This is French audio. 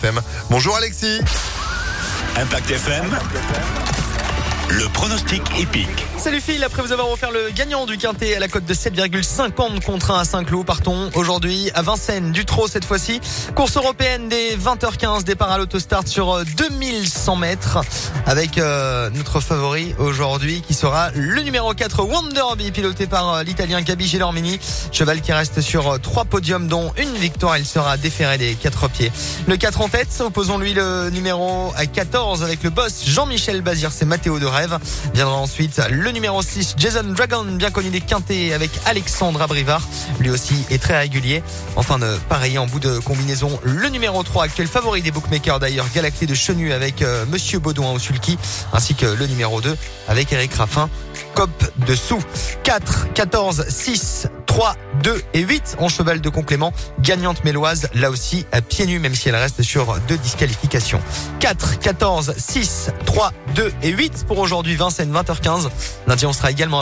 FM. Bonjour Alexis. Impact FM. Le pronostic épique. Salut Phil, après vous avoir offert le gagnant du Quintet à la cote de 7,50 contre 1 à Saint-Cloud, partons aujourd'hui à Vincennes, du Trot cette fois-ci. Course européenne dès 20h15, départ à l'autostart sur 2100 mètres avec notre favori aujourd'hui qui sera le numéro 4 Wonderby, piloté par l'italien Gabi Gelormini. Cheval qui reste sur 3 podiums dont une victoire, il sera déféré des 4 pieds. Le 4 en tête, opposons-lui le numéro 14 avec le boss Jean-Michel Bazir, c'est Mathéo de Rêve. Viendra ensuite le numéro 6, Jason Dragon, bien connu des quintés avec Alexandre Abrivard. Lui aussi est très régulier. Enfin, pareil en bout de combinaison, le numéro 3, actuel favori des bookmakers d'ailleurs, Galacté de Chenu avec Monsieur Baudouin au sulky, ainsi que le numéro 2 avec Eric Raffin, Cop de Sou. 4, 14, 6, 3, 2 et 8 en cheval de complément. Gagnante méloise, là aussi à pieds nus, même si elle reste sur 2 disqualifications. 4, 14, 6, 3, 2 et 8 pour aujourd'hui, Vincennes, 20h15. Lundi, on sera également